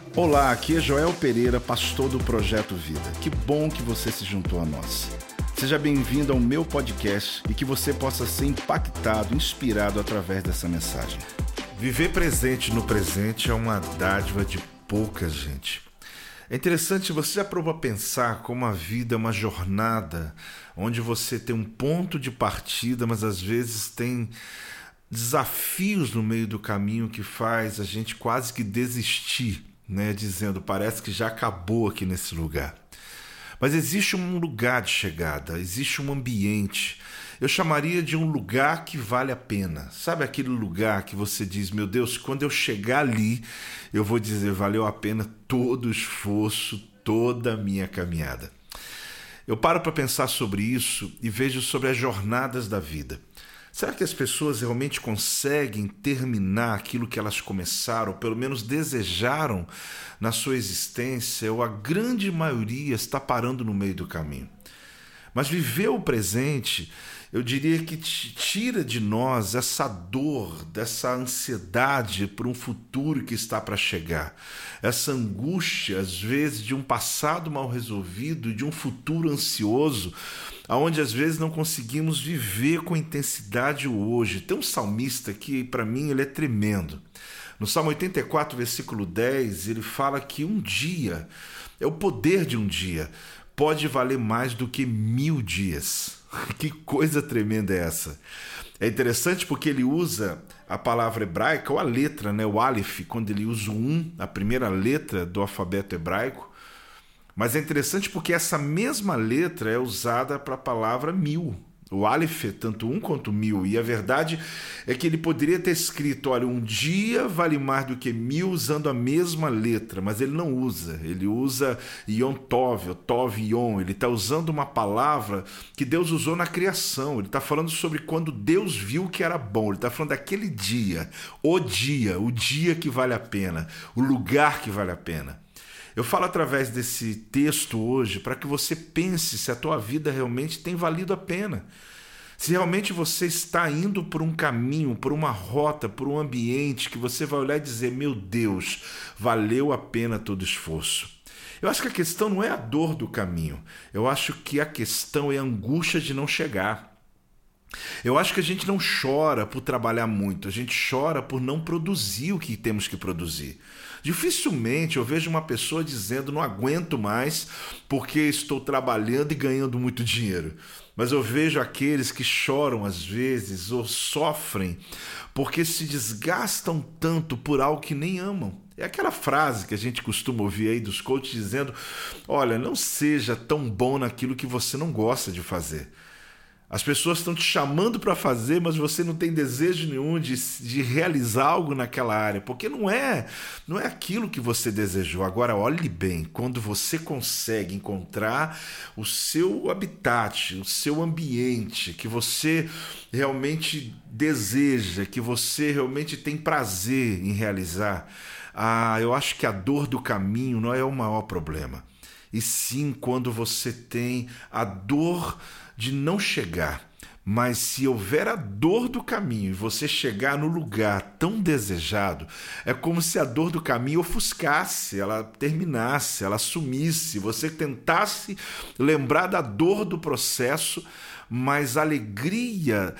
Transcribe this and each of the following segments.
Olá, aqui é Joel Pereira, pastor do Projeto Vida. Que bom que você se juntou a nós. Seja bem-vindo ao meu podcast e que você possa ser impactado, inspirado através dessa mensagem. Viver presente no presente é uma dádiva de pouca gente. É interessante, você já parou para pensar como a vida é uma jornada onde você tem um ponto de partida, mas às vezes tem desafios no meio do caminho que faz a gente quase que desistir, né? Dizendo, parece que já acabou aqui nesse lugar. Mas existe um lugar de chegada, existe um ambiente. Eu chamaria de um lugar que vale a pena. Sabe aquele lugar que você diz, meu Deus, quando eu chegar ali, eu vou dizer, valeu a pena todo o esforço, toda a minha caminhada. Eu paro para pensar sobre isso e vejo sobre as jornadas da vida. Será que as pessoas realmente conseguem terminar aquilo que elas começaram, ou pelo menos desejaram na sua existência, ou a grande maioria está parando no meio do caminho? Mas viver o presente, eu diria que tira de nós essa dor, dessa ansiedade por um futuro que está para chegar. Essa angústia, às vezes, de um passado mal resolvido e de um futuro ansioso, onde às vezes não conseguimos viver com intensidade o hoje. Tem um salmista que, para mim, ele é tremendo. No Salmo 84, versículo 10, ele fala que um dia, é o poder de um dia, pode valer mais do que 1000 dias. Que coisa tremenda é essa? É interessante porque ele usa a palavra hebraica, ou a letra, né, o Aleph, quando ele usa o a primeira letra do alfabeto hebraico. Mas é interessante porque essa mesma letra é usada para a palavra 1000. O Aleph é tanto quanto 1000. E a verdade é que ele poderia ter escrito, olha, um dia vale mais do que 1000 usando a mesma letra, mas ele não usa. Ele usa Yom Tov, Tov Yom. Ele está usando uma palavra que Deus usou na criação. Ele está falando sobre quando Deus viu que era bom. Ele está falando daquele dia, o dia que vale a pena, o lugar que vale a pena. Eu falo através desse texto hoje para que você pense se a tua vida realmente tem valido a pena. Se realmente você está indo por um caminho, por uma rota, por um ambiente que você vai olhar e dizer, meu Deus, valeu a pena todo o esforço. Eu acho que a questão não é a dor do caminho. Eu acho que a questão é a angústia de não chegar. Eu acho que a gente não chora por trabalhar muito, a gente chora por não produzir o que temos que produzir. Dificilmente eu vejo uma pessoa dizendo não aguento mais porque estou trabalhando e ganhando muito dinheiro. Mas eu vejo aqueles que choram às vezes ou sofrem porque se desgastam tanto por algo que nem amam. É aquela frase que a gente costuma ouvir aí dos coaches dizendo, olha, não seja tão bom naquilo que você não gosta de fazer. As pessoas estão te chamando para fazer, mas você não tem desejo nenhum de realizar algo naquela área, porque não é aquilo que você desejou. Agora, olhe bem, quando você consegue encontrar o seu habitat, o seu ambiente, que você realmente deseja, que você realmente tem prazer em realizar, eu acho que a dor do caminho não é o maior problema. E sim, quando você tem a dor de não chegar, mas se houver a dor do caminho e você chegar no lugar tão desejado, é como se a dor do caminho ofuscasse, ela terminasse, ela sumisse, você tentasse lembrar da dor do processo, mas a alegria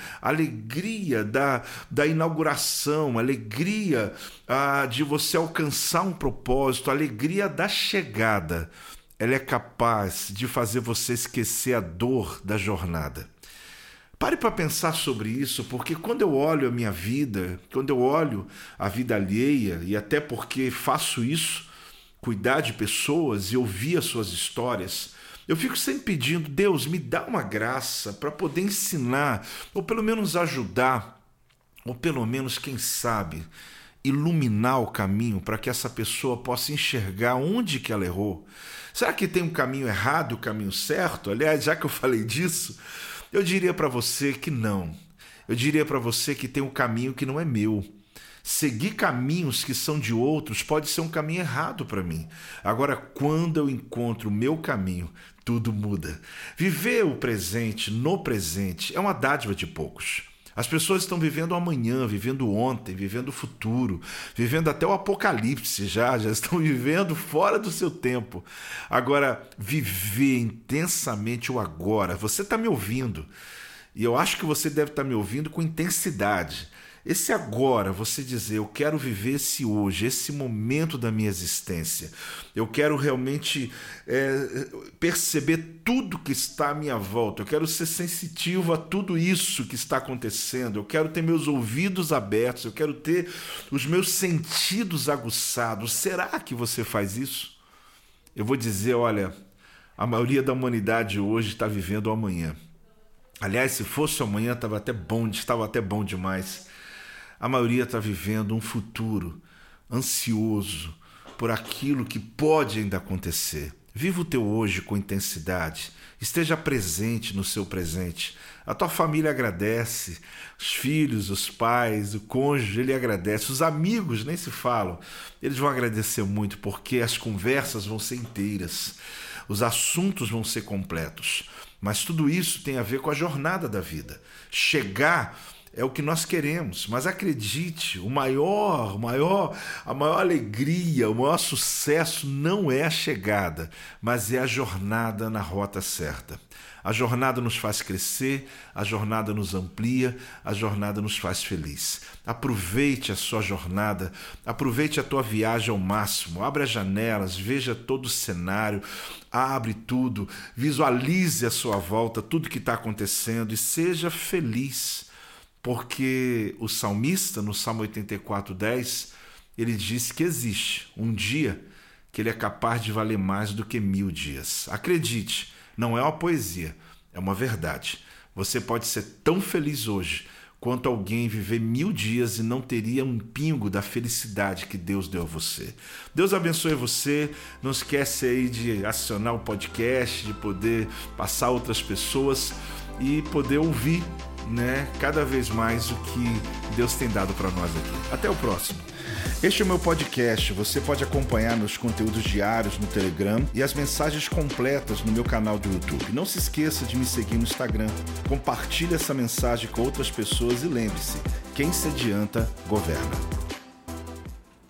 da inauguração, a alegria de você alcançar um propósito, a alegria da chegada, ela é capaz de fazer você esquecer a dor da jornada. Pare para pensar sobre isso, porque quando eu olho a minha vida, quando eu olho a vida alheia, e até porque faço isso, cuidar de pessoas e ouvir as suas histórias, eu fico sempre pedindo, Deus, me dá uma graça para poder ensinar, ou pelo menos ajudar, ou pelo menos, quem sabe, iluminar o caminho para que essa pessoa possa enxergar onde que ela errou. Será que tem um caminho errado e um caminho certo? Aliás, já que eu falei disso, eu diria para você que não. Eu diria para você que tem um caminho que não é meu. Seguir caminhos que são de outros pode ser um caminho errado para mim. Agora, quando eu encontro o meu caminho, tudo muda. Viver o presente no presente é uma dádiva de poucos. As pessoas estão vivendo o amanhã, vivendo ontem, vivendo o futuro, vivendo até o apocalipse já estão vivendo fora do seu tempo. Agora, viver intensamente o agora. Você está me ouvindo, e eu acho que você deve estar me ouvindo com intensidade. Esse agora, você dizer, eu quero viver esse hoje, esse momento da minha existência. Eu quero realmente perceber tudo que está à minha volta. Eu quero ser sensitivo a tudo isso que está acontecendo. Eu quero ter meus ouvidos abertos. Eu quero ter os meus sentidos aguçados. Será que você faz isso? Eu vou dizer, olha, a maioria da humanidade hoje está vivendo o amanhã. Aliás, se fosse o amanhã, estava até bom demais. A maioria está vivendo um futuro ansioso por aquilo que pode ainda acontecer. Viva o teu hoje com intensidade. Esteja presente no seu presente. A tua família agradece. Os filhos, os pais, o cônjuge, ele agradece. Os amigos nem se falam. Eles vão agradecer muito porque as conversas vão ser inteiras. Os assuntos vão ser completos. Mas tudo isso tem a ver com a jornada da vida. Chegar é o que nós queremos, mas acredite, a maior alegria, o maior sucesso não é a chegada, mas é a jornada na rota certa. A jornada nos faz crescer, a jornada nos amplia, a jornada nos faz feliz. Aproveite a sua jornada, aproveite a tua viagem ao máximo, abre as janelas, veja todo o cenário, abre tudo, visualize à sua volta tudo que está acontecendo e seja feliz. Porque o salmista, no Salmo 84:10, ele diz que existe um dia que ele é capaz de valer mais do que 1000 dias. Acredite, não é uma poesia, é uma verdade. Você pode ser tão feliz hoje quanto alguém viver 1000 dias e não teria um pingo da felicidade que Deus deu a você. Deus abençoe você. Não esquece aí de acionar o podcast, de poder passar a outras pessoas e poder ouvir, cada vez mais o que Deus tem dado para nós aqui. Até o próximo. Este é o meu podcast. Você pode acompanhar meus conteúdos diários no Telegram e as mensagens completas no meu canal do YouTube. Não se esqueça de me seguir no Instagram. Compartilhe essa mensagem com outras pessoas e lembre-se, quem se adianta, governa.